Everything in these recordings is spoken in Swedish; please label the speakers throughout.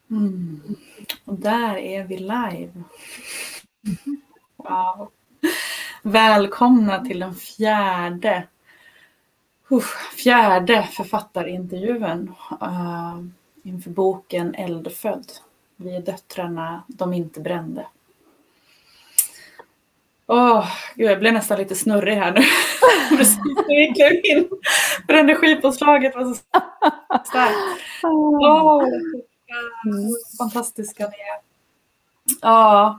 Speaker 1: Mm. Och där är vi live. Wow. Välkomna till den fjärde författarintervjun inför boken Eldfödd. Vi är döttrarna de inte brände. Gud, jag blev nästan lite snurrig här nu. Precis när jag klev in. För energipåslaget var så starkt. Fantastiska ni är. Ja,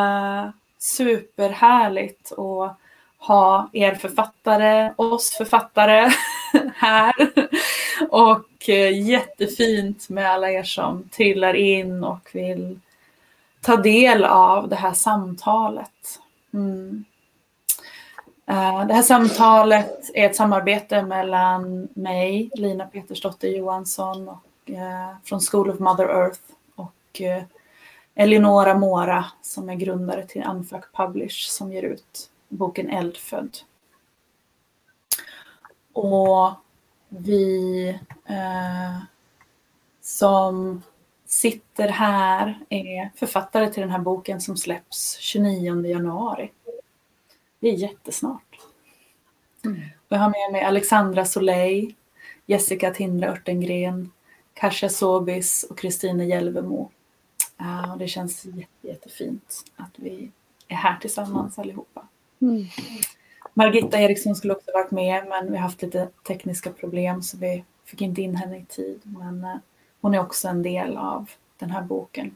Speaker 1: superhärligt att ha er författare, oss författare här. Och jättefint med alla er som trillar in och vill ta del av det här samtalet. Det här samtalet är ett samarbete mellan mig, Lina Petersdotter Johansson från School of Mother Earth och Eleonora Mora som är grundare till Unfuck Publish som ger ut boken Eldfödd. Och vi som sitter här är författare till den här boken som släpps 29 januari. Det är jättesnart. Jag har med mig Alexandra Soleil, Jessica Tindra Örtengren, Kasia Sobis och Kristine Hjälvemo. Och det känns jättefint att vi är här tillsammans allihopa. Margitta Eriksson skulle också varit med, men vi har haft lite tekniska problem så vi fick inte in henne i tid. Men hon är också en del av den här boken.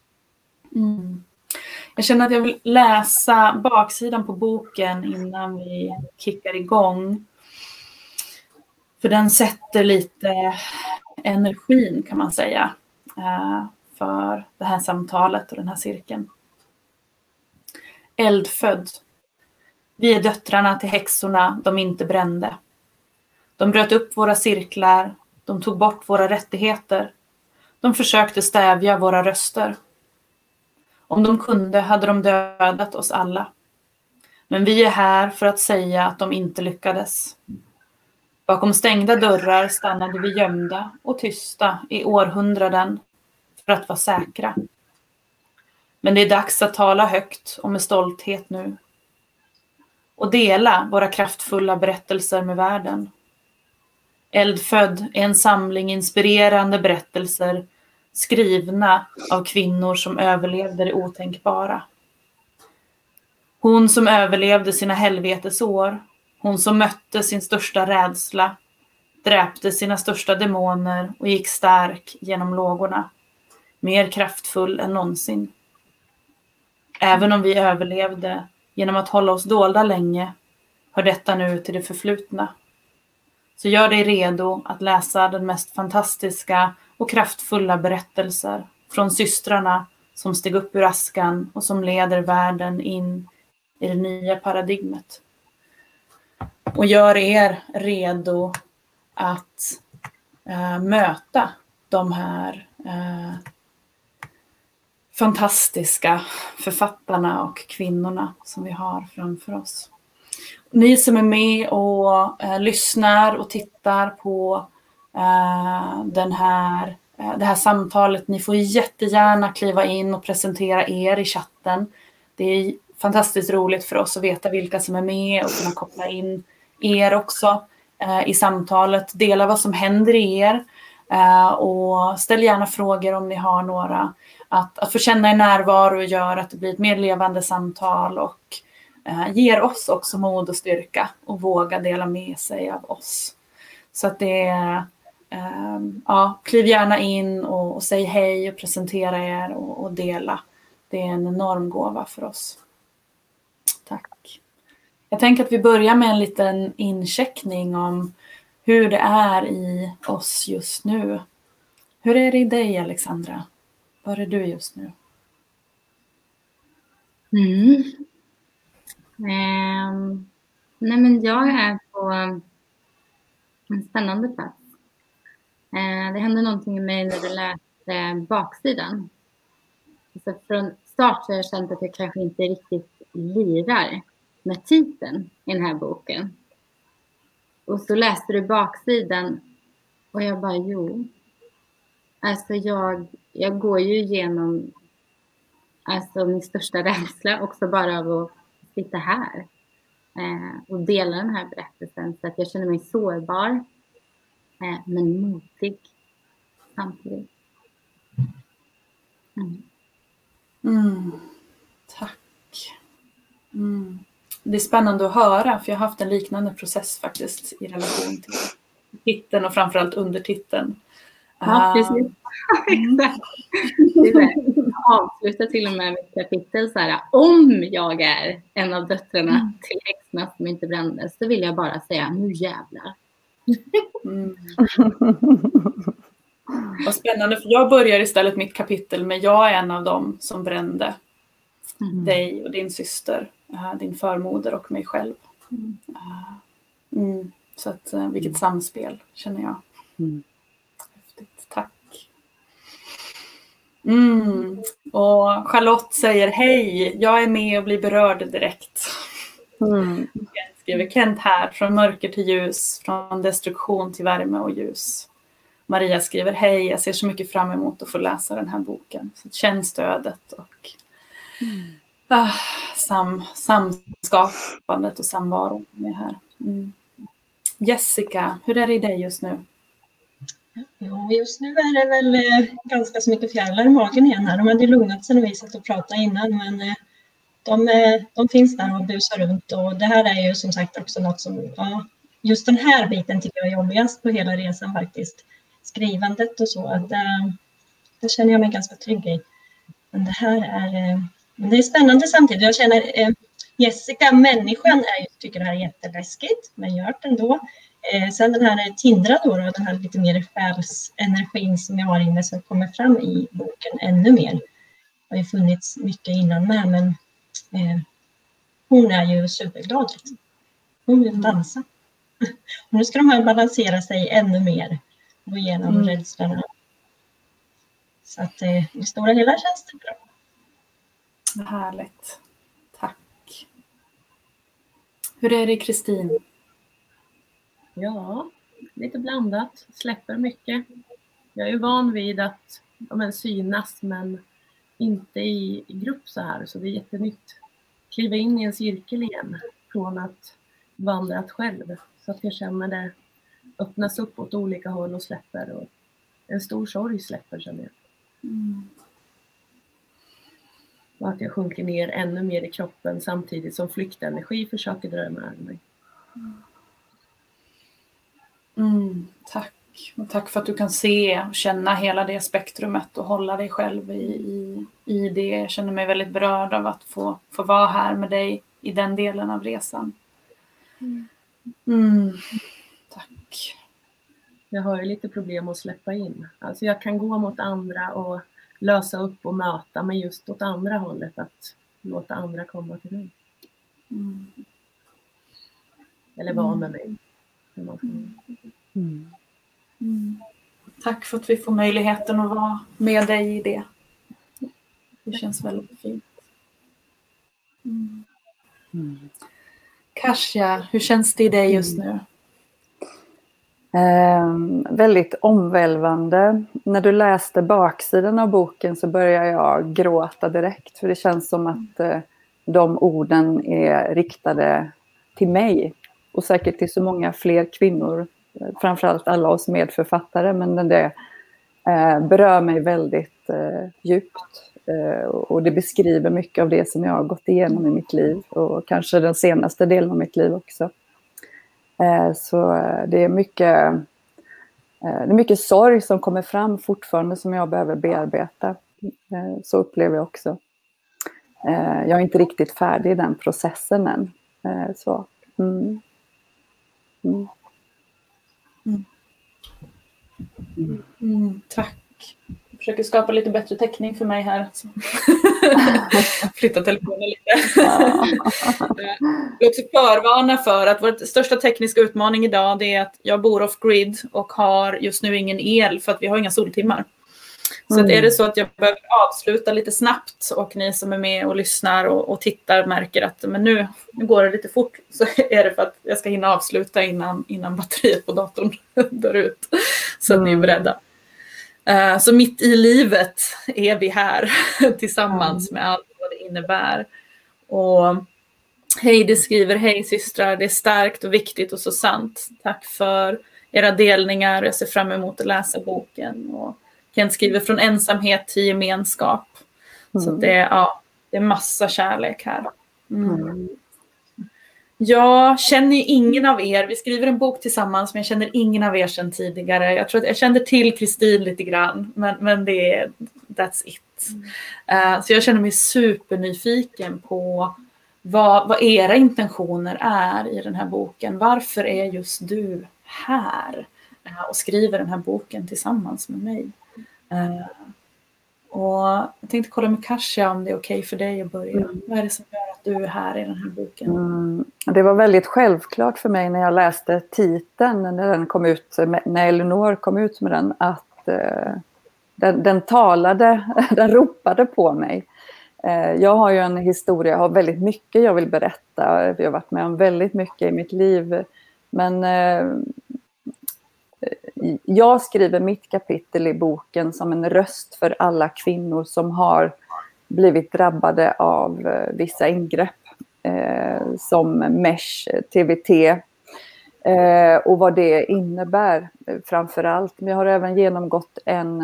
Speaker 1: Jag känner att jag vill läsa baksidan på boken innan vi kickar igång. För den sätter lite energin kan man säga för det här samtalet och den här cirkeln. Eldfödd. Vi är döttrarna till häxorna de inte brände. De bröt upp våra cirklar. De tog bort våra rättigheter. De försökte stävja våra röster. Om de kunde hade de dödat oss alla. Men vi är här för att säga att de inte lyckades. Bakom stängda dörrar stannade vi gömda och tysta i århundraden för att vara säkra. Men det är dags att tala högt och med stolthet nu. Och dela våra kraftfulla berättelser med världen. Eldfödd är en samling inspirerande berättelser skrivna av kvinnor som överlevde det otänkbara. Hon som överlevde sina helvetesår. Hon som mötte sin största rädsla. Dräpte sina största demoner och gick stark genom lågorna. Mer kraftfull än någonsin. Även om vi överlevde genom att hålla oss dolda länge hör detta nu till det förflutna. Så gör dig redo att läsa den mest fantastiska och kraftfulla berättelser från systrarna som steg upp ur askan och som leder världen in i det nya paradigmet. Och gör er redo att möta de här fantastiska författarna och kvinnorna som vi har framför oss. Ni som är med och lyssnar och tittar på det här samtalet, ni får jättegärna kliva in och presentera er i chatten. Det är fantastiskt roligt för oss att veta vilka som är med och kunna koppla in er också i samtalet. Dela vad som händer i er och ställ gärna frågor om ni har några. Att få känna er närvaro gör att det blir ett mer levande samtal och ger oss också mod och styrka och våga dela med sig av oss. Så att det är, kliv gärna in och säg hej och presentera er och dela. Det är en enorm gåva för oss. Tack. Jag tänker att vi börjar med en liten incheckning om hur det är i oss just nu. Hur är det i dig, Alexandra? Var är du just nu?
Speaker 2: Nej, men jag är på en spännande plats. Det hände någonting med mig när du läste baksidan. Så från start så har jag känt att jag kanske inte riktigt lirar med titeln i den här boken. Och så läste du baksidan och jag bara, Alltså jag går ju igenom min största rädsla också bara av att sitta här och dela den här berättelsen. Så att jag känner mig sårbar men motig samtidigt.
Speaker 1: Tack. Det är spännande att höra, för jag har haft en liknande process faktiskt i relation till titeln och framförallt undertiteln.
Speaker 2: Ja, precis. Jag avslutar till och med mitt kapitel så här: om jag är en av döttrarna till häxorna som inte brändes, så vill jag bara säga nu jävlar.
Speaker 1: Vad spännande, för jag börjar istället mitt kapitel med jag är en av dem som brände dig och din syster, din förmoder och mig själv. Så att vilket samspel, känner jag. Häftigt, tack. Och Charlotte säger hej, jag är med och blir berörd direkt. Kent skriver Kent här, från mörker till ljus, från destruktion till värme och ljus. Maria skriver hej, jag ser så mycket fram emot att få läsa den här boken. Så känn stödet och samskapandet och samvaron med här. Jessica, hur är det i dig just nu?
Speaker 3: Ja, just nu är det väl ganska så mycket fjärilar i magen igen här. De hade lugnat sig när vi satt och pratade innan, men de finns där och busar runt. Och det här är ju som sagt också något som, just den här biten tycker jag är jobbigast på hela resan faktiskt. Skrivandet och så, det känner jag mig ganska trygg i. Men det är spännande samtidigt. Jag känner Jessica, människan, tycker det här är jätteläskigt, men gör det ändå. Sen den här Tindra då, den här lite mer själsenergin som jag har inne som kommer fram i boken ännu mer. Det har ju funnits mycket innan med, men hon är ju superglad. Hon vill dansa. Och nu ska de här balansera sig ännu mer och igenom rädslorna. Så att i stora hela känns det bra.
Speaker 1: Härligt. Tack. Hur är det, Kristin?
Speaker 4: Ja, lite blandat. Släpper mycket. Jag är ju van vid att synas, men inte i grupp så här. Så det är jättenytt. Kliva in i en cirkel igen från att vandrat själv. Så att jag känner det öppnas upp åt olika håll och släpper. Och en stor sorg släpper, känner jag. Och att jag sjunker ner ännu mer i kroppen samtidigt som flyktenergi försöker dra med mig.
Speaker 1: Tack. Och tack för att du kan se och känna hela det spektrumet och hålla dig själv i det. Jag känner mig väldigt berörd av att få vara här med dig i den delen av resan. Tack.
Speaker 4: Jag har ju lite problem att släppa in. Alltså jag kan gå mot andra och lösa upp och möta, men just åt andra hållet, att låta andra komma till mig. Eller vara med mig.
Speaker 1: Tack för att vi får möjligheten att vara med dig i det. Det känns väldigt fint. Kasia, hur känns det i dig just nu?
Speaker 5: Väldigt omvälvande. När du läste baksidan av boken så började jag gråta direkt. För det känns som att de orden är riktade till mig. Och säkert till så många fler kvinnor. Framförallt alla oss medförfattare. Men det berör mig väldigt djupt. Och det beskriver mycket av det som jag har gått igenom i mitt liv. Och kanske den senaste delen av mitt liv också. Så det är mycket sorg som kommer fram fortfarande som jag behöver bearbeta. Så upplever jag också. Jag är inte riktigt färdig i den processen än. Så.
Speaker 1: Tack. Jag försöker skapa lite bättre täckning för mig här. Flytta telefonen lite. Jag vill också förvarna för att vår största tekniska utmaning idag, det är att jag bor off-grid och har just nu ingen el för att vi har inga soltimmar. Så att är det så att jag behöver avsluta lite snabbt och ni som är med och lyssnar och tittar märker att men nu går det lite fort, så är det för att jag ska hinna avsluta innan batteriet på datorn dör ut. Så att ni är beredda. Så mitt i livet är vi här tillsammans med allt vad det innebär. Och Heidi skriver: hej systrar, det är starkt och viktigt och så sant. Tack för era delningar, jag ser fram emot att läsa boken. Och Kent skriver: från ensamhet till gemenskap. Så det är massa kärlek här. Jag känner ju ingen av er, vi skriver en bok tillsammans, men jag känner ingen av er sedan tidigare. Jag tror att jag kände till Kristin lite grann, men that's it. Så jag känner mig supernyfiken på vad era intentioner är i den här boken. Varför är just du här och skriver den här boken tillsammans med mig? Och jag tänkte kolla med Kasia om det är okej för dig att börja. Vad är det som gör att du är här i den här boken?
Speaker 5: Det var väldigt självklart för mig när jag läste titeln, när den kom ut, när Elinor kom ut med den, att den talade, den ropade på mig. Jag har ju en historia, jag har väldigt mycket jag vill berätta. Jag har varit med om väldigt mycket i mitt liv. Men jag skriver mitt kapitel i boken som en röst för alla kvinnor som har blivit drabbade av vissa ingrepp. Som MESH, TVT. Och vad det innebär framför allt. Men jag har även genomgått en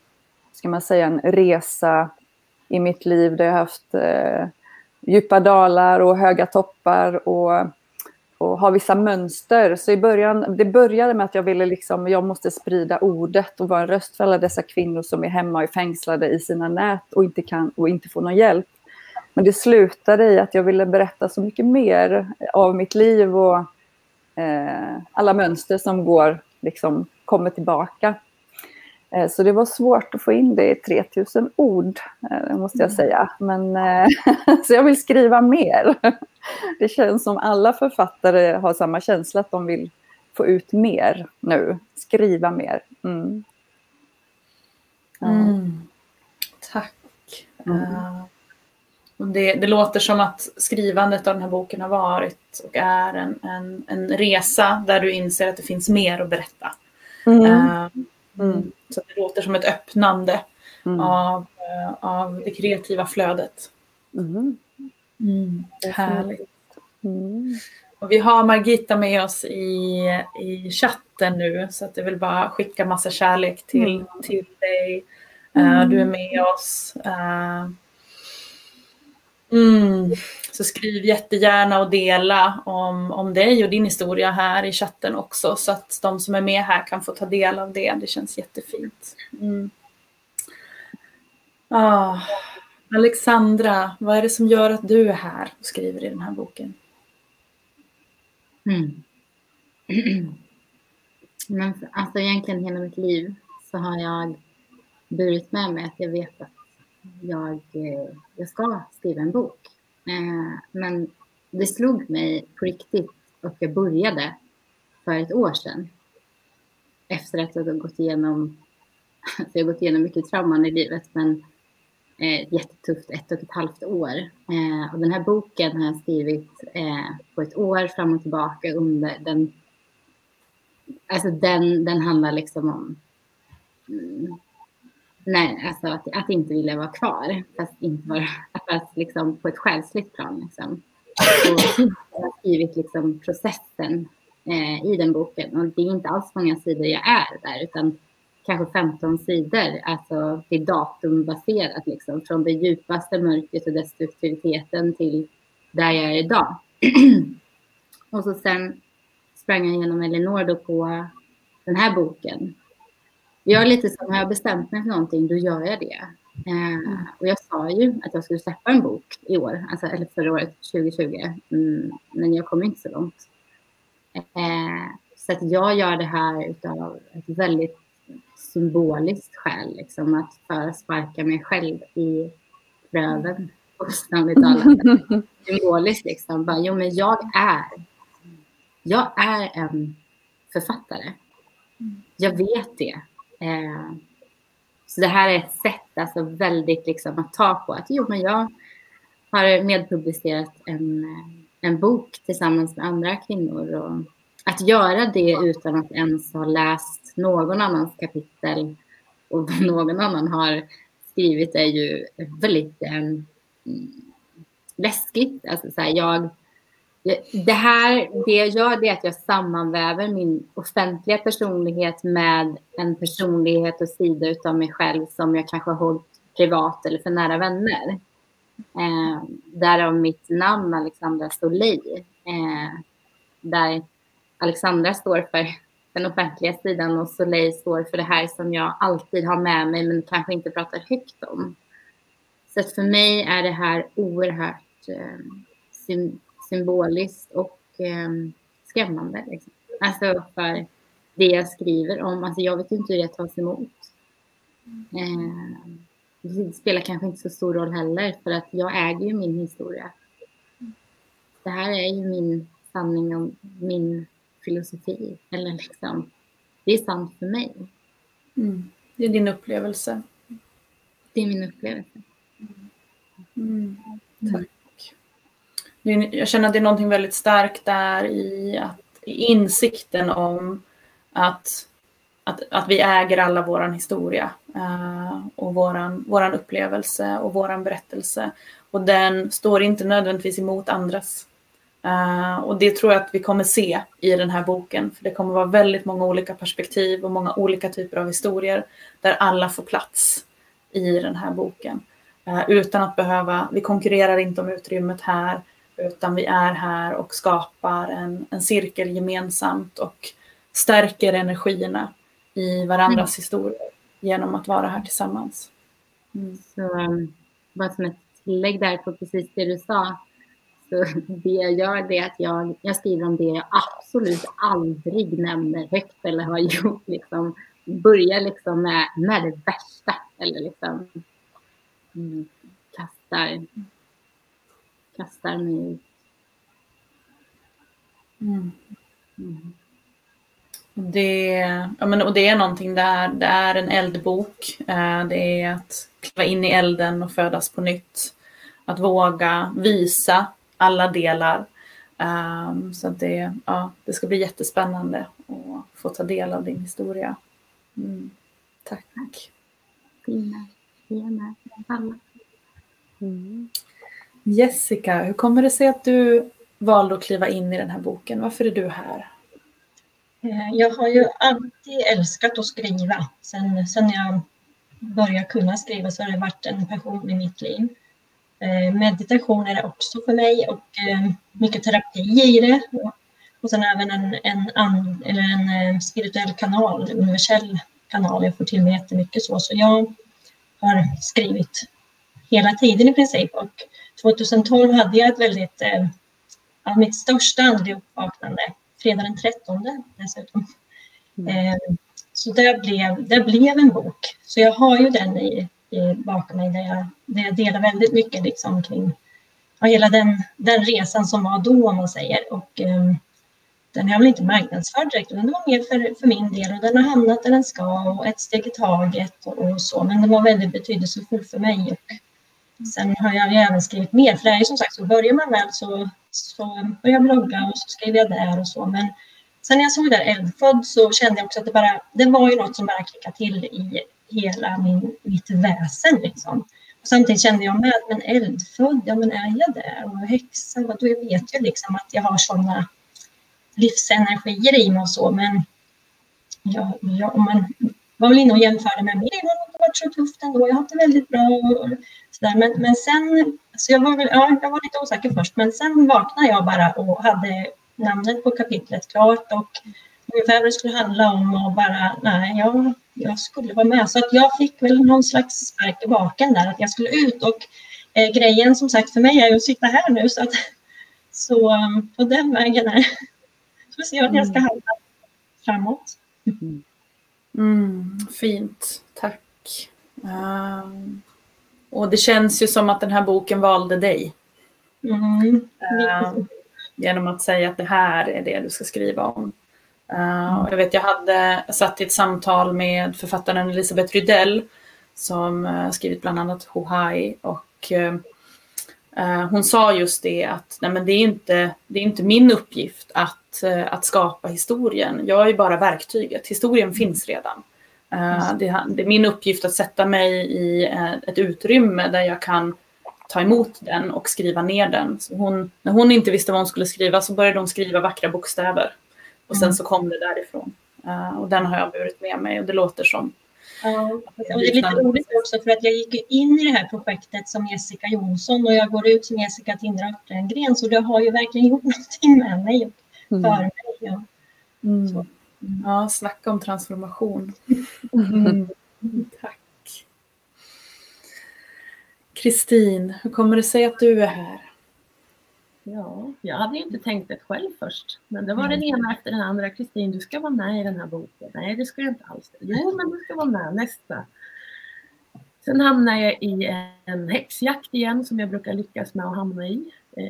Speaker 5: resa i mitt liv där jag har haft djupa dalar och höga toppar och har vissa mönster. Så det började med att jag ville jag måste sprida ordet och vara en röst för alla dessa kvinnor som är hemma och är fängslade i sina nät och inte får någon hjälp. Men det slutade i att jag ville berätta så mycket mer av mitt liv och alla mönster som kommer tillbaka. Så det var svårt att få in det i 3000 ord, måste jag säga. Men, så jag vill skriva mer. Det känns som alla författare har samma känsla, att de vill få ut mer nu. Skriva mer.
Speaker 1: Tack. Det låter som att skrivandet av den här boken har varit och är en resa där du inser att det finns mer att berätta. Så det låter som ett öppnande av det kreativa flödet. Härligt. Och vi har Margita med oss i chatten nu, så att jag vill bara skicka massa kärlek till dig. Du är med oss. Så skriv jättegärna och dela om dig och din historia här i chatten också, så att de som är med här kan få ta del av det. Det känns jättefint. Alexandra, vad är det som gör att du är här och skriver i den här boken?
Speaker 2: Men alltså egentligen hela mitt liv så har jag burit med mig att jag vet att jag ska skriva en bok. Men det slog mig på riktigt och jag började för ett år sedan. Efter att jag hade gått igenom mycket trauman i livet, men jättetufft 1,5 år. Och den här boken har jag skrivit på ett år fram och tillbaka under den. Alltså den handlar liksom om att inte vilja vara kvar, fast inte vara, fast liksom på ett själsligt plan liksom. Och jag har skrivit liksom processen i den boken, och det är inte alls många sidor jag är där, utan kanske 15 sidor. Alltså det är datumbaserat liksom, från det djupaste mörkret och destruktiviteten till där jag är idag. Och så sen sprang jag igenom Elinor då på den här boken. Jag är lite som, har jag bestämt mig för någonting, då gör jag det. Och jag sa ju att jag skulle släppa en bok i år, alltså, eller förra året, 2020. Men jag kom inte så långt. Så att jag gör det här utav ett väldigt symboliskt skäl, liksom, att för sparka mig själv i röven. Symboliskt liksom. Bara, jo, men jag är en författare. Jag vet det. Så det här är ett sätt, alltså, väldigt liksom, att ta på att men jag har medpublicerat en bok tillsammans med andra kvinnor, och att göra det utan att ens ha läst någon annans kapitel och vad någon annan har skrivit är ju väldigt läskigt. Alltså så här, det jag gör det är att jag sammanväver min offentliga personlighet med en personlighet och sida utav mig själv som jag kanske har hållit privat eller för nära vänner. Därav mitt namn Alexandra Soleil. Där Alexandra står för den offentliga sidan och Soleil står för det här som jag alltid har med mig men kanske inte pratar högt om. Så att för mig är det här oerhört symboliskt och skrämmande. Liksom. Alltså för det jag skriver om. Alltså jag vet inte hur det tas emot. Det spelar kanske inte så stor roll heller för att jag äger ju min historia. Det här är ju min sanning om min filosofi. Eller liksom, det är sant för mig.
Speaker 1: Det är din upplevelse.
Speaker 2: Det är min upplevelse.
Speaker 1: Tack. Jag känner att det är någonting väldigt starkt där i insikten om att vi äger alla våran historia och våran upplevelse och våran berättelse. Och den står inte nödvändigtvis emot andras. Och det tror jag att vi kommer se i den här boken. För det kommer vara väldigt många olika perspektiv och många olika typer av historier där alla får plats i den här boken. Utan att vi konkurrerar inte om utrymmet här, utan vi är här och skapar en cirkel gemensamt och stärker energierna i varandras historier genom att vara här tillsammans.
Speaker 2: Så bara som ett tillägg där på precis det du sa. Så det jag gör det är att jag skriver om det jag absolut aldrig nämner högt eller har gjort. Liksom, börjar liksom med det värsta. Eller liksom kastar mig ut.
Speaker 1: Och det är någonting där. Det är en eldbok. Det är att kliva in i elden och födas på nytt. Att våga visa alla delar. Så att det ska bli jättespännande att få ta del av din historia. Tack.
Speaker 2: Fina alla.
Speaker 1: Jessica, hur kommer det sig att du valde att kliva in i den här boken? Varför är du här?
Speaker 3: Jag har ju alltid älskat att skriva. Sen jag började kunna skriva så har det varit en passion i mitt liv. Meditation är det också för mig och mycket terapi i det. Och sen även en spirituell kanal, en universell kanal. Jag får till mig jättemycket så jag har skrivit hela tiden i princip. Och 2012 hade jag ett väldigt, mitt största andliga uppvaknande, fredag den 13 dessutom. Så det blev en bok. Så jag har ju den bakom mig där jag delar väldigt mycket liksom kring hela den resan som var då om man säger. Och den har väl inte marknadsförd direkt, utan det var mer för min del och den har hamnat där den ska och ett steg i taget och så. Men den var väldigt betydelsefull för mig och sen har jag ju även skrivit mer. För det är ju som sagt så börjar man väl så börjar jag blogga och så skriver jag där och så. Men sen när jag såg där Eldfödd så kände jag också att det var ju något som bara klickade till i hela mitt väsen liksom. Och samtidigt kände jag med, men Eldfödd, ja men är jag där? Och häxa, då jag vet ju liksom att jag har sådana livsenergier i mig och så. Men om man var väl inne och jämförde med mig, det har varit så tufft ändå. Jag har haft det väldigt bra och sådär. Men sen, så jag var lite osäker först. Men sen vaknade jag bara och hade namnet på kapitlet klart. Och ungefär vad det skulle handla om och bara, jag skulle vara med. Så att jag fick väl någon slags spark i baken där. Att jag skulle ut och grejen som sagt för mig är att sitta här nu. Så på den vägen här. Så vi ser vad jag ska handla framåt.
Speaker 1: Fint, tack. Och det känns ju som att den här boken valde dig. Genom att säga att det här är det du ska skriva om. Jag vet, jag satt i ett samtal med författaren Elisabeth Rydell som skrivit bland annat Hohai och hon sa just det att nej, men det är inte min uppgift att skapa historien. Jag är bara verktyget. Historien finns redan. Det är min uppgift att sätta mig i ett utrymme där jag kan ta emot den och skriva ner den. Så när hon inte visste vad hon skulle skriva så började hon skriva vackra bokstäver. Och sen så kom det därifrån. Och den har jag burit med mig och det låter som...
Speaker 3: Ja, och det är lite roligt också för att jag gick in i det här projektet som Jessica Jonsson och jag går ut som Jessica Tindra Örtengren, så det har ju verkligen gjort någonting med mig och för mig. Ja.
Speaker 1: Ja, snacka om transformation. Tack. Kristin, hur kommer det sig att du är här?
Speaker 4: Ja, jag hade ju inte tänkt det själv först. Men det var den ena efter den andra. Kristin, du ska vara med i den här boken. Nej, det ska jag inte alls. Jo, men du ska vara med nästa. Sen hamnade jag i en häxjakt igen som jag brukar lyckas med att hamna i.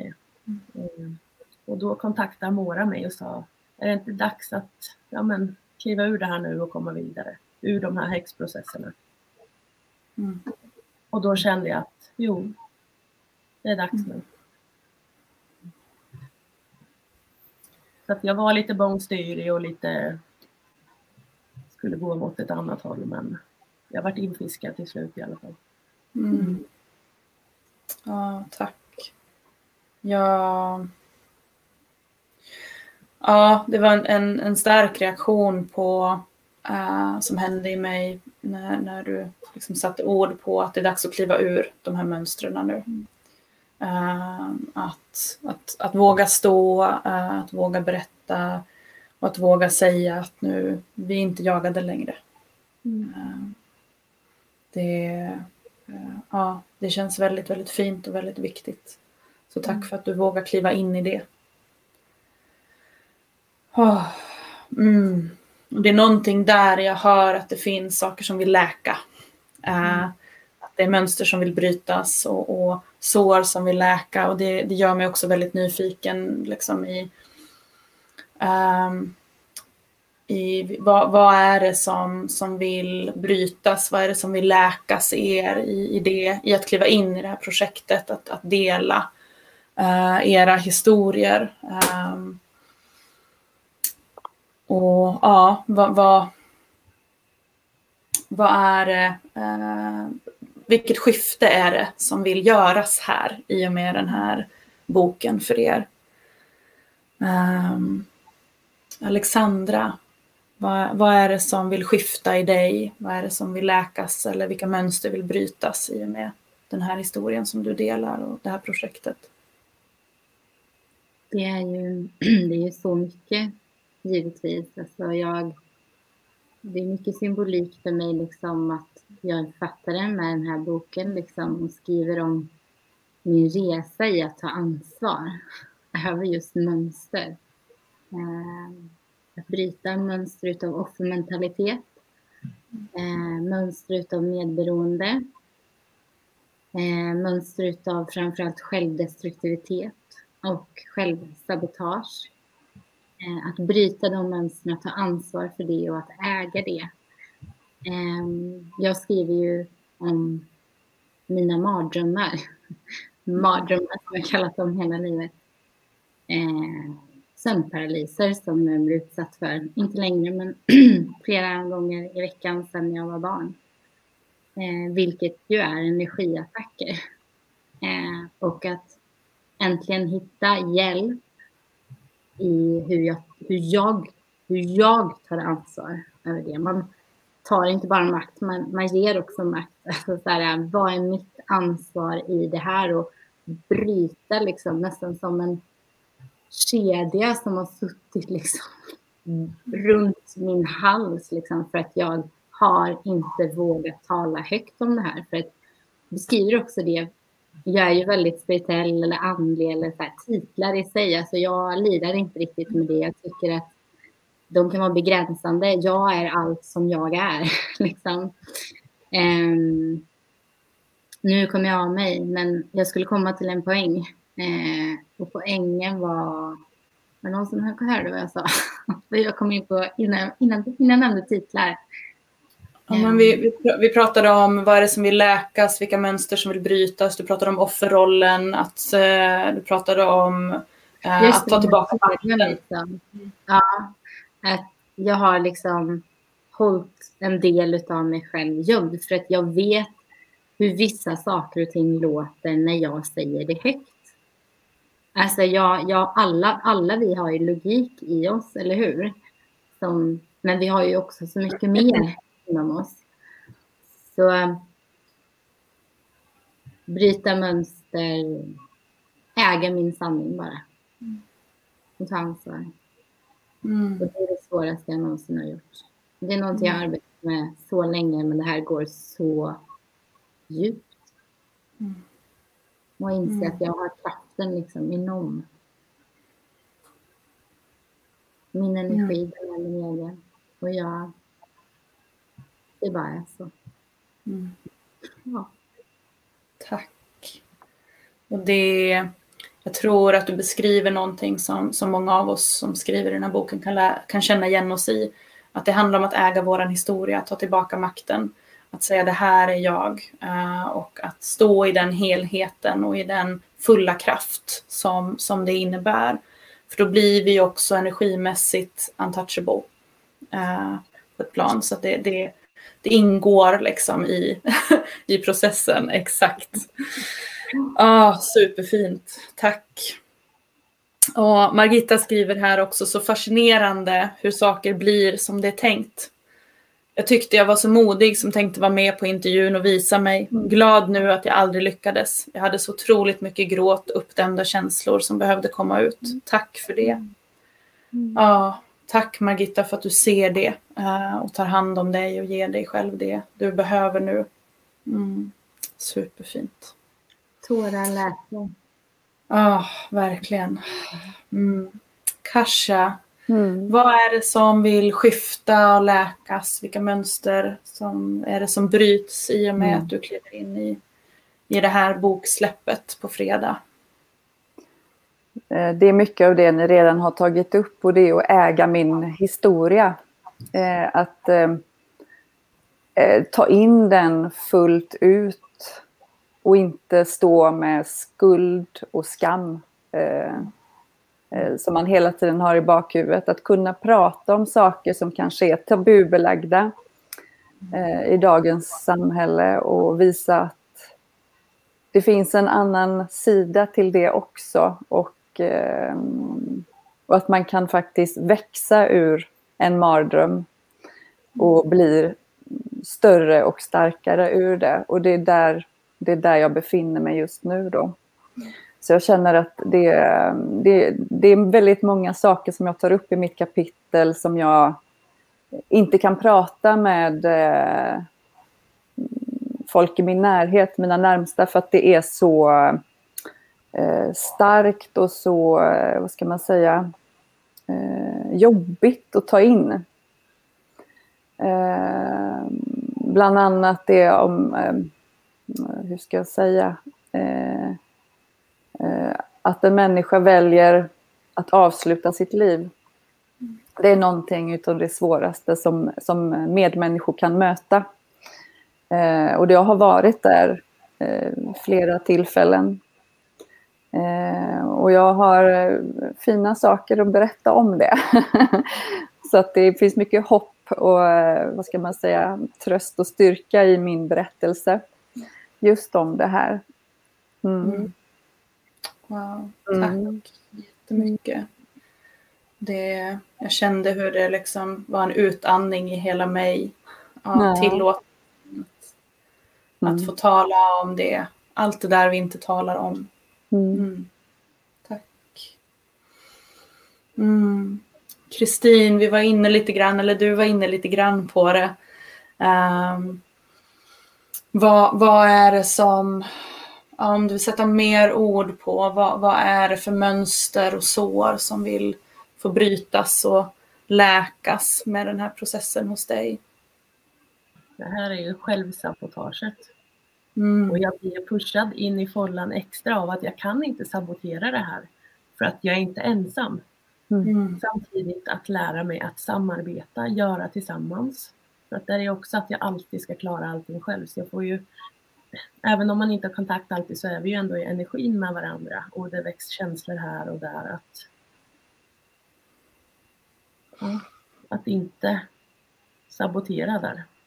Speaker 4: Och då kontaktade Mora mig och sa, är det inte dags att kliva ur det här nu och komma vidare? Ur de här häxprocesserna. Och då kände jag att, jo, det är dags nu. Så att jag var lite bångstyrig och lite skulle gå mot ett annat håll, men jag varit infiskad till slut i alla fall.
Speaker 1: Ja, tack. Ja, det var en stark reaktion på som hände i mig när du liksom satte ord på att det är dags att kliva ur de här mönstren nu. Att våga stå, att våga berätta och att våga säga att nu vi är inte jagade längre. Det känns väldigt, väldigt fint och väldigt viktigt. Så tack för att du vågar kliva in i det. Det är någonting där jag hör att det finns saker som vill läka. Att det är mönster som vill brytas och sår som vill läka. Och det gör mig också väldigt nyfiken liksom i vad är det som vill brytas? Vad är det som vill läkas i att kliva in i det här projektet? Att dela era historier. Och ja, vad är det? Vilket skifte är det som vill göras här i och med den här boken för er? Alexandra, vad är det som vill skifta i dig? Vad är det som vill läkas eller vilka mönster vill brytas i och med den här historien som du delar och det här projektet?
Speaker 2: Det är ju så mycket, givetvis. Alltså det är mycket symbolik för mig liksom att jag är författare med den här boken liksom, och skriver om min resa i att ta ansvar över just mönster. Att bryta mönster utav offermentalitet, mönster utav medberoende, mönster utav framförallt självdestruktivitet och självsabotage. Att bryta de mönstren, att ta ansvar för det och att äga det. Jag skriver ju om mina mardrömmar. Mardrömmar som jag kallat dem hela livet. Sömnparalyser som jag blir utsatt för. Inte längre, men flera gånger i veckan sedan jag var barn. Vilket ju är energiattacker. Och att äntligen hitta hjälp i hur jag tar ansvar över det. Man tar inte bara makt, man ger också makt. Alltså så här, vad är mitt ansvar i det här? Och bryta liksom nästan som en kedja som har suttit liksom runt min hals liksom, för att jag har inte vågat tala högt om det här. För att beskriver också det. Jag är ju väldigt spirituell eller andlig eller så här, titlar i sig. Alltså jag lirar inte riktigt med det. Jag tycker att de kan vara begränsande. Jag är allt som jag är. Liksom. Nu kommer jag av mig, men jag skulle komma till en poäng. Och poängen var någon som hörde vad jag sa. Jag kom in på innan jag nämnde titlar.
Speaker 1: Ja, men vi pratade om vad är det som vill läkas, vilka mönster som vill brytas. Du pratade om offerrollen, du pratade om att ta tillbaka makten.
Speaker 2: Liksom. Ja, att jag har liksom hållit en del av mig själv gömd. För att jag vet hur vissa saker och ting låter när jag säger det högt. Alltså alla vi har ju logik i oss, eller hur? Men vi har ju också så mycket mer inom oss. Så bryta mönster, äga min sanning bara. Och ta ansvar. Och det är det svåraste jag någonsin har gjort. Det är någonting jag har arbetat med så länge, men det här går så djupt. Och inse att jag har kraften liksom inom. Min energi, den är min egen. Och det bara är så. Ja.
Speaker 1: Tack. Och jag tror att du beskriver någonting som många av oss som skriver i den här boken kan känna igen oss i. Att det handlar om att äga våran historia, att ta tillbaka makten. Att säga det här är jag. Och att stå i den helheten och i den fulla kraft som det innebär. För då blir vi också energimässigt untouchable på ett plan. Så att det ingår liksom i processen, exakt. Superfint, tack. Och Margitta skriver här också, så fascinerande hur saker blir som det är tänkt. Jag tyckte jag var så modig som tänkte vara med på intervjun och visa mig. Glad nu att jag aldrig lyckades. Jag hade så otroligt mycket gråt och uppdämda känslor som behövde komma ut. Tack för det. Tack Margitta för att du ser det och tar hand om dig och ger dig själv det du behöver nu. Superfint.
Speaker 2: Tårar läker.
Speaker 1: Verkligen. Kasha, vad är det som vill skifta och läkas? Vilka mönster är det som bryts i och med att du kliver in i det här boksläppet på fredag?
Speaker 5: Det är mycket av det ni redan har tagit upp, och det är att äga min historia. Att ta in den fullt ut och inte stå med skuld och skam som man hela tiden har i bakhuvudet. Att kunna prata om saker som kanske är tabubelagda i dagens samhälle och visa att det finns en annan sida till det också. Och att man kan faktiskt växa ur en mardröm och bli större och starkare ur det. Och det är där jag befinner mig just nu då. Så jag känner att det är väldigt många saker som jag tar upp i mitt kapitel som jag inte kan prata med folk i min närhet, mina närmsta, för att det är så starkt och så, vad ska man säga, jobbigt att ta in. Bland annat det om, hur ska jag säga, att en människa väljer att avsluta sitt liv. Det är någonting utav det svåraste som medmänniskor kan möta. Och jag har varit där flera tillfällen. Och jag har fina saker att berätta om det. Så att det finns mycket hopp och, vad ska man säga, tröst och styrka i min berättelse. Just om det här.
Speaker 1: Wow, tack jättemycket. Jag kände hur det liksom var en utandning i hela mig. Tillåt att få tala om det. Allt det där vi inte talar om. Tack. Kristin, vi var inne lite grann, eller du var inne lite grann på det. Vad är det som, om du vill sätta mer ord på, vad är det för mönster och sår som vill få brytas och läkas med den här processen hos dig?
Speaker 4: Det här är ju självsabotaget. Och jag blir pushad in i follan extra av att jag kan inte sabotera det här. För att jag är inte ensam. Samtidigt att lära mig att samarbeta, göra tillsammans. För att där är också att jag alltid ska klara allting själv. Så jag får ju, även om man inte har kontakt alltid, så är vi ju ändå i energin med varandra. Och det väcks känslor här och där. Att inte sabotera där.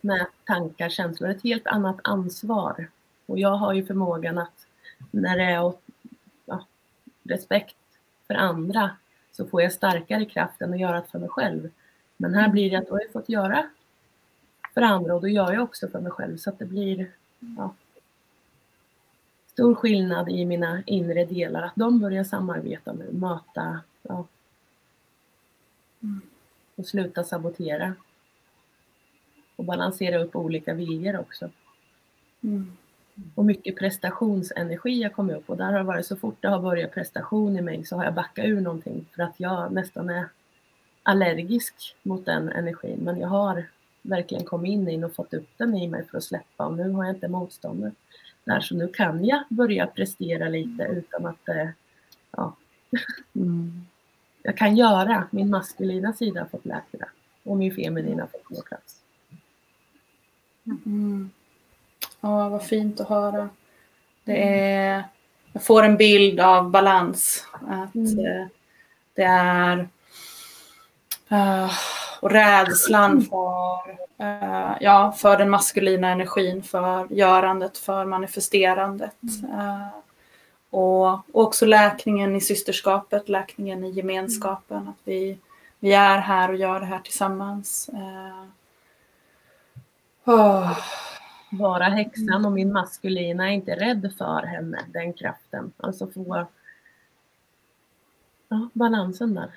Speaker 4: med tankar, känslor, ett helt annat ansvar. Och jag har ju förmågan att när det är respekt för andra så får jag starkare kraften att göra det för mig själv. Men här blir det att då har jag fått göra för andra och då gör jag också för mig själv. Så att det blir stor skillnad i mina inre delar. Att de börjar samarbeta med, möta och sluta sabotera. Och balansera upp olika viljor också. Och mycket prestationsenergi har kommit upp. Och där har det varit så fort det har börjat prestation i mig så har jag backat ur någonting. För att jag nästan är allergisk mot den energin. Men jag har verkligen kommit in och fått upp den i mig för att släppa. Och nu har jag inte motståndet där. Så nu kan jag börja prestera lite utan att jag kan göra. Min maskulina sida har fått läka och min feminina har fått gå plats.
Speaker 1: Ja, vad fint att höra. Jag får en bild av balans. Att det är och rädslan för den maskulina energin, för görandet, för manifesterandet. Och också läkningen i systerskapet, läkningen i gemenskapen. Att vi är här och gör det här tillsammans.
Speaker 4: Vara häxan och min maskulina är inte rädd för henne, den kraften. Alltså få balansen där.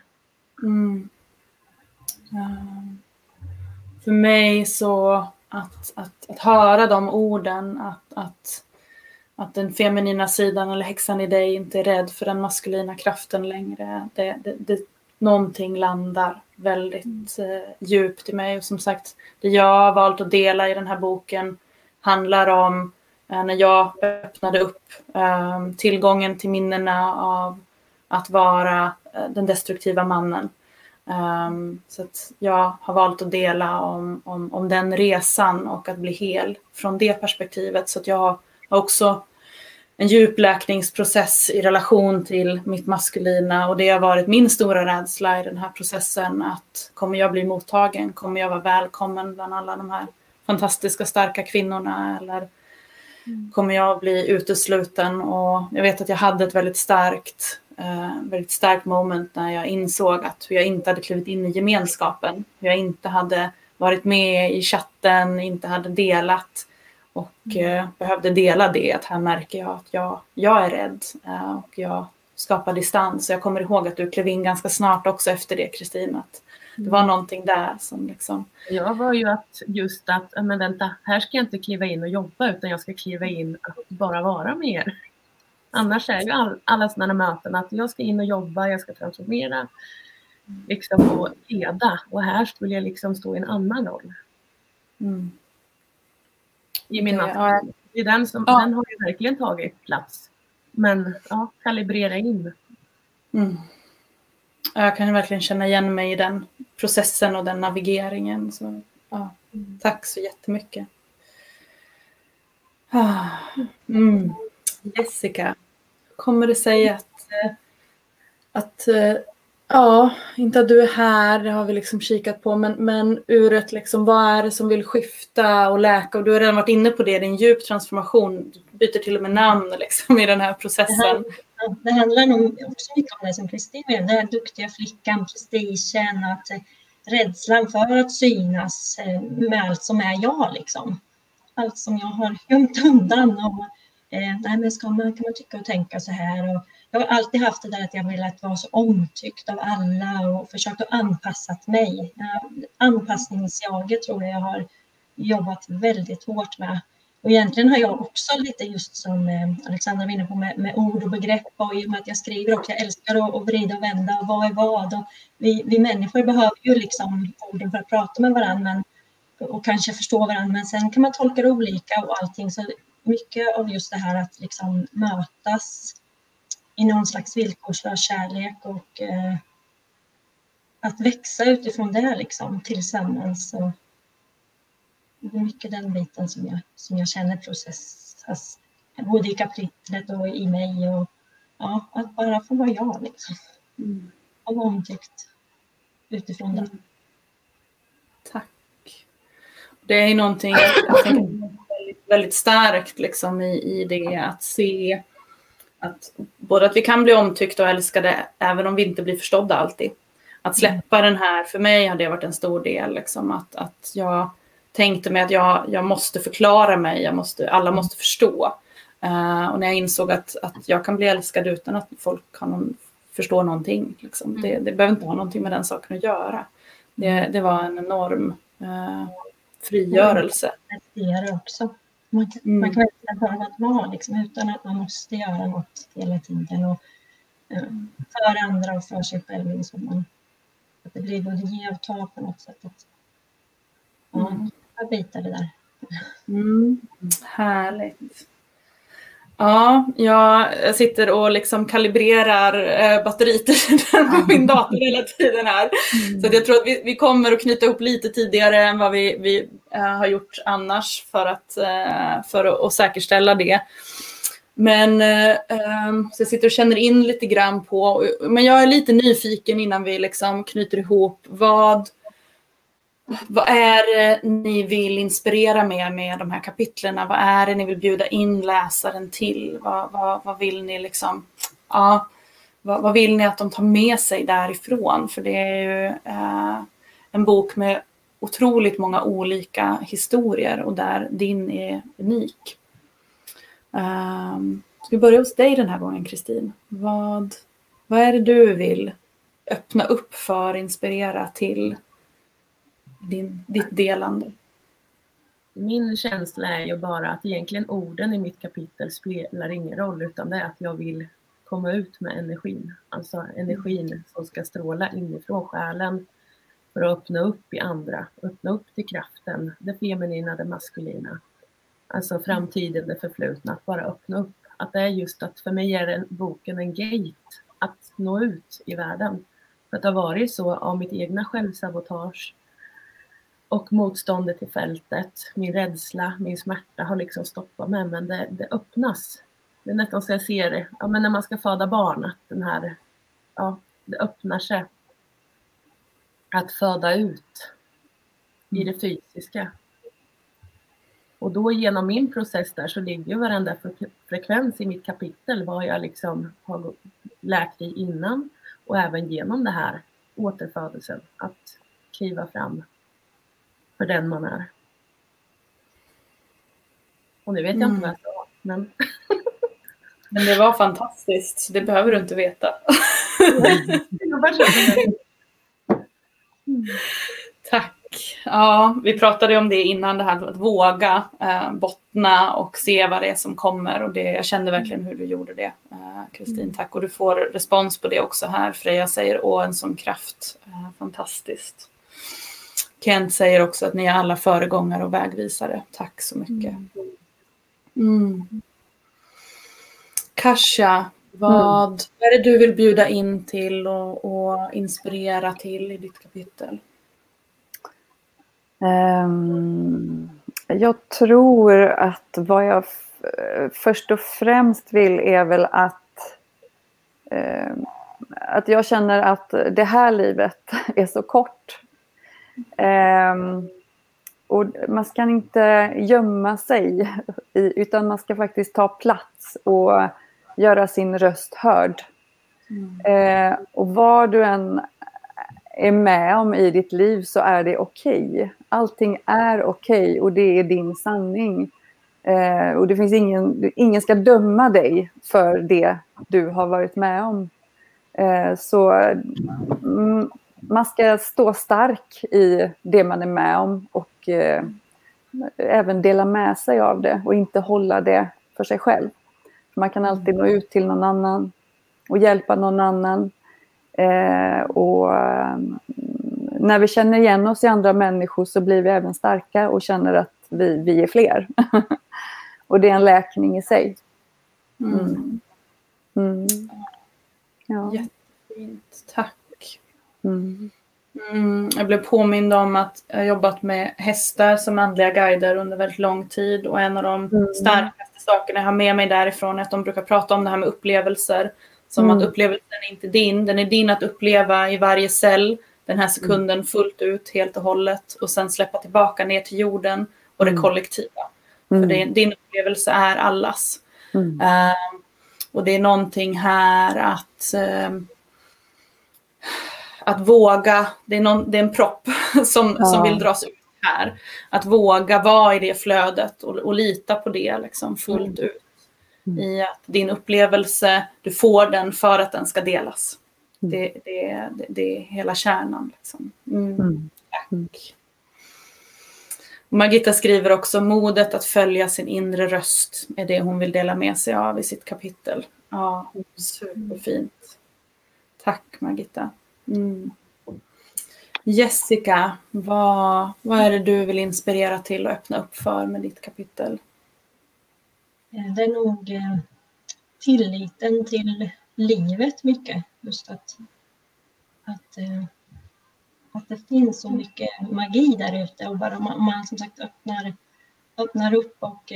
Speaker 1: För mig så att höra de orden, att den feminina sidan eller häxan i dig inte är rädd för den maskulina kraften längre. Någonting landar väldigt djupt i mig. Och som sagt, det jag har valt att dela i den här boken handlar om när jag öppnade upp tillgången till minnena av att vara den destruktiva mannen. Så att jag har valt att dela om den resan och att bli hel från det perspektivet. Så att jag har också en djupläkningsprocess i relation till mitt maskulina, och det har varit min stora rädsla i den här processen, att kommer jag bli mottagen, kommer jag vara välkommen bland alla de här fantastiska starka kvinnorna, eller kommer jag bli utesluten? Och jag vet att jag hade ett väldigt starkt moment när jag insåg att jag inte hade klivit in i gemenskapen, jag inte hade varit med i chatten, inte hade delat. Och behövde dela det, att här märker jag att jag är rädd och jag skapar distans. Så jag kommer ihåg att du klev in ganska snart också efter det, Kristin, att det var någonting där som liksom...
Speaker 4: Jag var ju men vänta, här ska jag inte kliva in och jobba, utan jag ska kliva in att bara vara med er. Annars är ju alla sådana möten att jag ska in och jobba, jag ska transformera liksom, och leda. Och här skulle jag liksom stå i en annan roll. I min maskulina. Det är den har ju verkligen tagit plats. Men kalibrera in.
Speaker 1: Jag kan verkligen känna igen mig i den processen och den navigeringen. Så, tack så jättemycket. Jessica, kommer det sig att inte att du är här, det har vi liksom kikat på, men ur ett liksom, vad är det som vill skifta och läka? Och du har redan varit inne på det, din djup transformation, du byter till och med namn liksom, i den här processen.
Speaker 3: Det handlar nog också mycket om det som Kristin med, den duktiga flickan, prestigen, att rädslan för att synas med allt som är jag liksom. Allt som jag har gömt undan och kan man tycka och tänka så här. Och jag har alltid haft det där att jag velat vara så omtyckt av alla och försökt att anpassa mig. Anpassningsjaget tror jag har jobbat väldigt hårt med. Och egentligen har jag också lite just som Alexandra var inne på med ord och begrepp, och i och med att jag skriver också, jag älskar att vrida och vända och vad är vad. Och vi människor behöver ju liksom orden för att prata med varandra och kanske förstå varandra, men sen kan man tolka det olika och allting. Så mycket av just det här att liksom mötas i någon slags villkorslös kärlek och att växa utifrån det liksom tillsammans. Och det är mycket den biten som jag känner processas både i kapitlet och i mig, och att bara få vara jag liksom. Och vara omtyckt utifrån det.
Speaker 1: Tack. Det är någonting jag tänker väldigt, väldigt starkt liksom i det, att se att både att vi kan bli omtyckta och älskade även om vi inte blir förstådda alltid. Att släppa den här, för mig har det varit en stor del liksom, att jag tänkte mig att jag måste förklara mig, alla måste förstå. Och när jag insåg att jag kan bli älskad utan att folk förstår någonting. Liksom. Det behöver inte ha någonting med den saken att göra. Det var en enorm frigörelse.
Speaker 3: Det också. Man kan verkligen bara vara liksom, utan att man måste göra något hela tiden. Och, för andra och för sig själv. Liksom, att det blir både ge och ta på något sätt. Jag bitar det där.
Speaker 1: Härligt. Ja, jag sitter och liksom kalibrerar batteritiden på min dator hela tiden här. Så att jag tror att vi kommer att knyta ihop lite tidigare än vad vi har gjort annars för att säkerställa det. Men så jag sitter och känner in lite grann på, men jag är lite nyfiken innan vi liksom knyter ihop vad är det ni vill inspirera med de här kapitlerna? Vad är det ni vill bjuda in läsaren till? Vad vill ni liksom, vad vill ni att de tar med sig därifrån? För det är ju en bok med otroligt många olika historier och där din är unik. Ska vi börja hos dig den här gången, Kristin? Vad är det du vill öppna upp för, inspirera till ditt delande?
Speaker 4: Min känsla är ju bara att egentligen orden i mitt kapitel spelar ingen roll, utan det är att jag vill komma ut med energin. Alltså energin som ska stråla inifrån själen för att öppna upp i andra. Öppna upp till kraften, det feminina, det maskulina. Alltså framtiden, det förflutna, att bara öppna upp. Att det är just att för mig är boken en gate att nå ut i världen. För att det har varit så av mitt egna självsabotage och motståndet i fältet, min rädsla, min smärta har liksom stoppat mig, men det öppnas. Det är nästan så jag ser det, men när man ska föda barn, att det öppnar sig. Att föda ut i det fysiska. Och då genom min process där så ligger ju varenda frekvens i mitt kapitel, vad jag liksom har lärt i innan och även genom det här återfödelsen, att kliva fram för den man är. Och nu vet jag inte vad jag sa, men...
Speaker 1: Men det var fantastiskt, det behöver du inte veta. Tack. Ja, vi pratade om det innan, det här att våga bottna och se vad det är som kommer. Och jag kände verkligen hur du gjorde det, Kristin. Tack. Och du får respons på det också här. Freja säger, en sån kraft. Fantastiskt. Kent säger också att ni är alla föregångare och vägvisare. Tack så mycket. Kasha, vad är det du vill bjuda in till och inspirera till i ditt kapitel?
Speaker 5: Jag tror att vad jag först och främst vill är väl att jag känner att det här livet är så kort. Och man ska inte gömma sig utan man ska faktiskt ta plats och göra sin röst hörd. Och vad du än är med om i ditt liv så är det okej. Allting är okej och det är din sanning. Och det finns ingen ska döma dig för det du har varit med om. Så man ska stå stark i det man är med om och även dela med sig av det och inte hålla det för sig själv. Man kan alltid nå ut till någon annan och hjälpa någon annan. Och när vi känner igen oss i andra människor så blir vi även starka och känner att vi är fler. Och det är en läkning i sig. Ja.
Speaker 1: Jättefint, tack. Jag blev påmind om att jag har jobbat med hästar som andliga guider under väldigt lång tid. Och en av de starkaste sakerna jag har med mig därifrån är att de brukar prata om det här med upplevelser. Som att upplevelsen är inte din, den är din att uppleva i varje cell. den här sekunden fullt ut, helt och hållet. Och sen släppa tillbaka ner till jorden och det kollektiva. För din upplevelse är allas. Och det är någonting här att våga, det är en propp som vill dras ut här. Att våga vara i det flödet och lita på det liksom fullt ut. I att din upplevelse, du får den för att den ska delas. Det är hela kärnan. Liksom. Tack. Margitta skriver också, modet att följa sin inre röst är det hon vill dela med sig av i sitt kapitel. Ja, superfint. Tack Margitta. Jessica, vad är det du vill inspirera till och öppna upp för med ditt kapitel?
Speaker 3: Det är nog tilliten till livet mycket. Just att det finns så mycket magi där ute och bara man som sagt öppnar upp och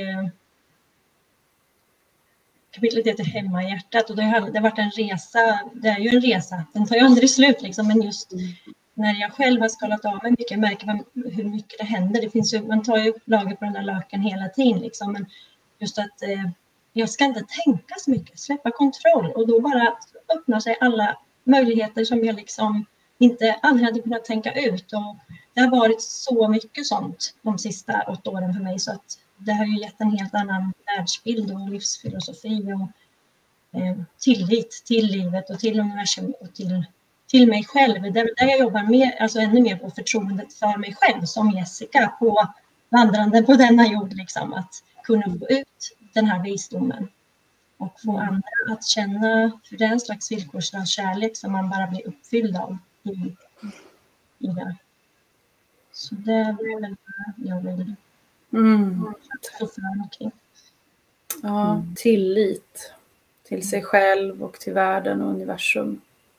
Speaker 3: kapitlet heter Hemma i hjärtat och det har varit en resa, det är ju en resa, den tar ju aldrig slut liksom, men just när jag själv har skalat av mig mycket, märker man hur mycket det händer. Det finns ju, man tar ju lager på den där löken hela tiden liksom, men just att jag ska inte tänka så mycket, släppa kontroll och då bara öppnar sig alla möjligheter som jag liksom aldrig hade kunnat tänka ut. Och det har varit så mycket sånt de sista 8 åren för mig så att det har ju gett en helt annan världsbild och livsfilosofi och tillit till livet och till universum och till mig själv. Där jag jobbar med, alltså ännu mer på förtroendet för mig själv som Jessica på vandrande på denna jord liksom, att kunna få ut den här visdomen och få andra att känna, för det är en slags villkorslös kärlek som man bara blir uppfylld av i det. Så det är väl jag vill omkring.
Speaker 1: Ja, tillit till sig själv och till världen och universum.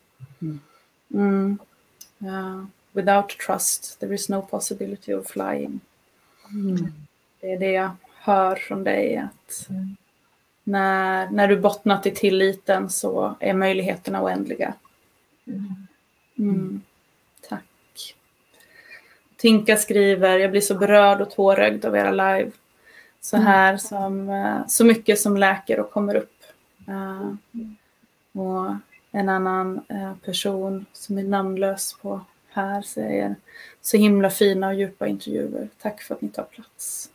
Speaker 1: Without trust there is no possibility of flying. Det är det jag hör från dig, att när du bottnat i tilliten så är möjligheterna oändliga. Tack. Tinka skriver, jag blir så berörd och tårögd av era live. Så här så mycket som läker och kommer upp. Och en annan person som är namnlös på här säger, så himla fina och djupa intervjuer. Tack för att ni tar plats.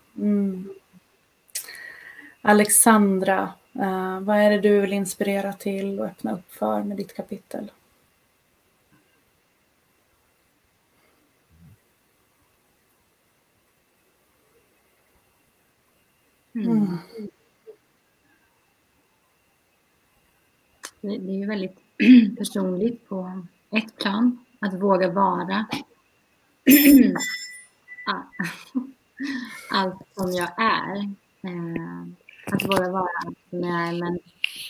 Speaker 1: Alexandra, vad är det du vill inspirera till och öppna upp för med ditt kapitel?
Speaker 2: Det är ju väldigt personligt på ett plan. Att våga vara allt som jag är. Att våga vara allt som jag är. Men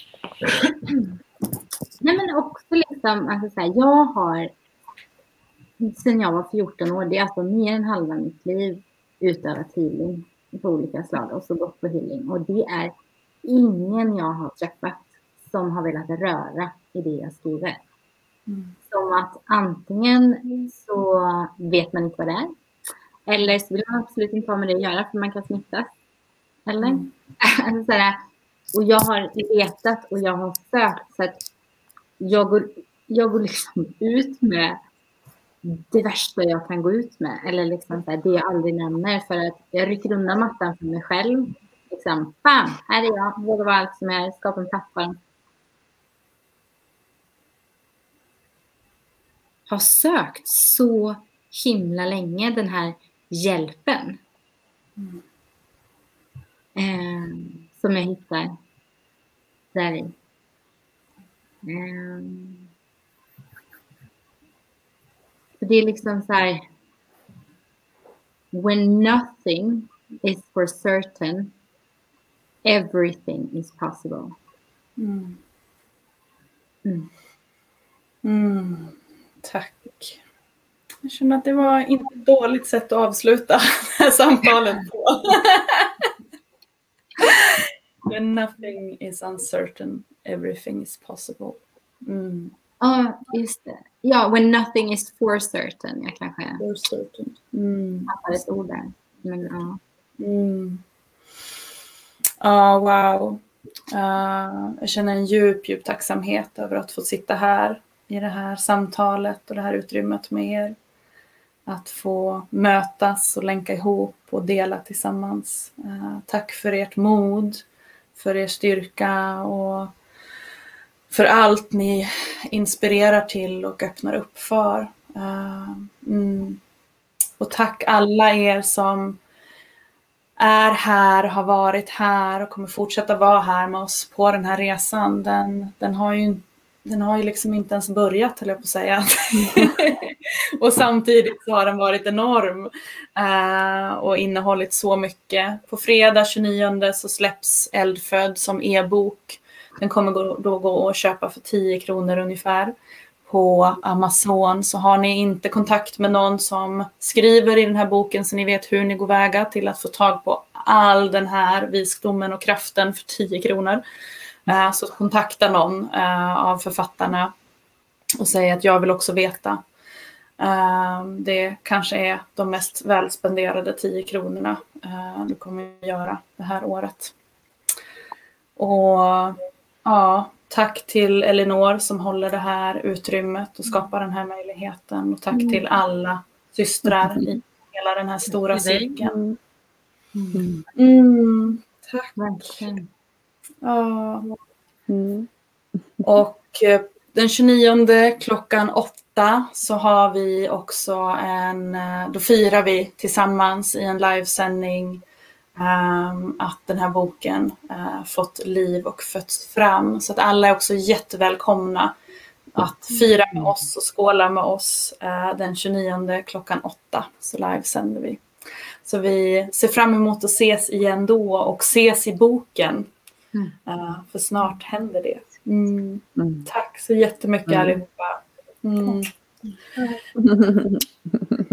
Speaker 2: nej, men också liksom, alltså så här, jag har sen jag var 14 år, det är alltså mer än halva mitt liv utövat healing på olika slag och så gått på healing. Och det är ingen jag har träffat som har velat röra i det jag skriver. Som att antingen så vet man inte vad det är. Eller så vill man absolut inte ha med det att göra för man kan smittas. Eller? Alltså sådär. Och jag har letat och jag har sökt så att jag går liksom ut med det värsta jag kan gå ut med. Eller liksom så här, det jag aldrig nämner för att jag rycker undan mattan för mig själv. Liksom, bam, här är jag, vågar vara allt som är, skapa en plattform. Har sökt så himla länge den här hjälpen. Som jag hittar där i. Det är liksom så här, when nothing is for certain, everything is possible.
Speaker 1: Tack. Jag känner att det var inte ett dåligt sätt att avsluta det här samtalet på. When nothing is uncertain, everything is possible.
Speaker 2: Ja, just det. Ja, when nothing is for certain. Jag kanske
Speaker 1: For certain.
Speaker 2: tappade ett ord där. Men ja.
Speaker 1: Ja, wow. Jag känner en djup tacksamhet över att få sitta här i det här samtalet och det här utrymmet med er. Att få mötas och länka ihop och dela tillsammans. Tack för ert mod, för er styrka och för allt ni inspirerar till och öppnar upp för. Och tack alla er som är här, har varit här och kommer fortsätta vara här med oss på den här resan. Den har ju liksom inte ens börjat, höll jag på att säga. Och samtidigt så har den varit enorm och innehållit så mycket. På fredag 29 så släpps Eldfödd som e-bok. Den kommer då gå att köpa för 10 kronor ungefär på Amazon. Så har ni inte kontakt med någon som skriver i den här boken så ni vet hur ni går väga till att få tag på all den här visdomen och kraften för 10 kronor. Så kontakta någon av författarna och säg att jag vill också veta. Det kanske är de mest välspenderade 10 kronorna du kommer att göra det här året. Och ja, tack till Elinor som håller det här utrymmet och skapar den här möjligheten. Och tack till alla systrar i hela den här stora cirkeln. Tack. Ja. Och den 29 klockan 8 så har vi också då firar vi tillsammans i en livesändning att den här boken fått liv och fötts fram. Så att alla är också jättevälkomna att fira med oss och skåla med oss den 29 klockan 8. Så livesänder vi. Så vi ser fram emot att ses igen då och ses i boken. För snart händer det. Tack så jättemycket allihopa.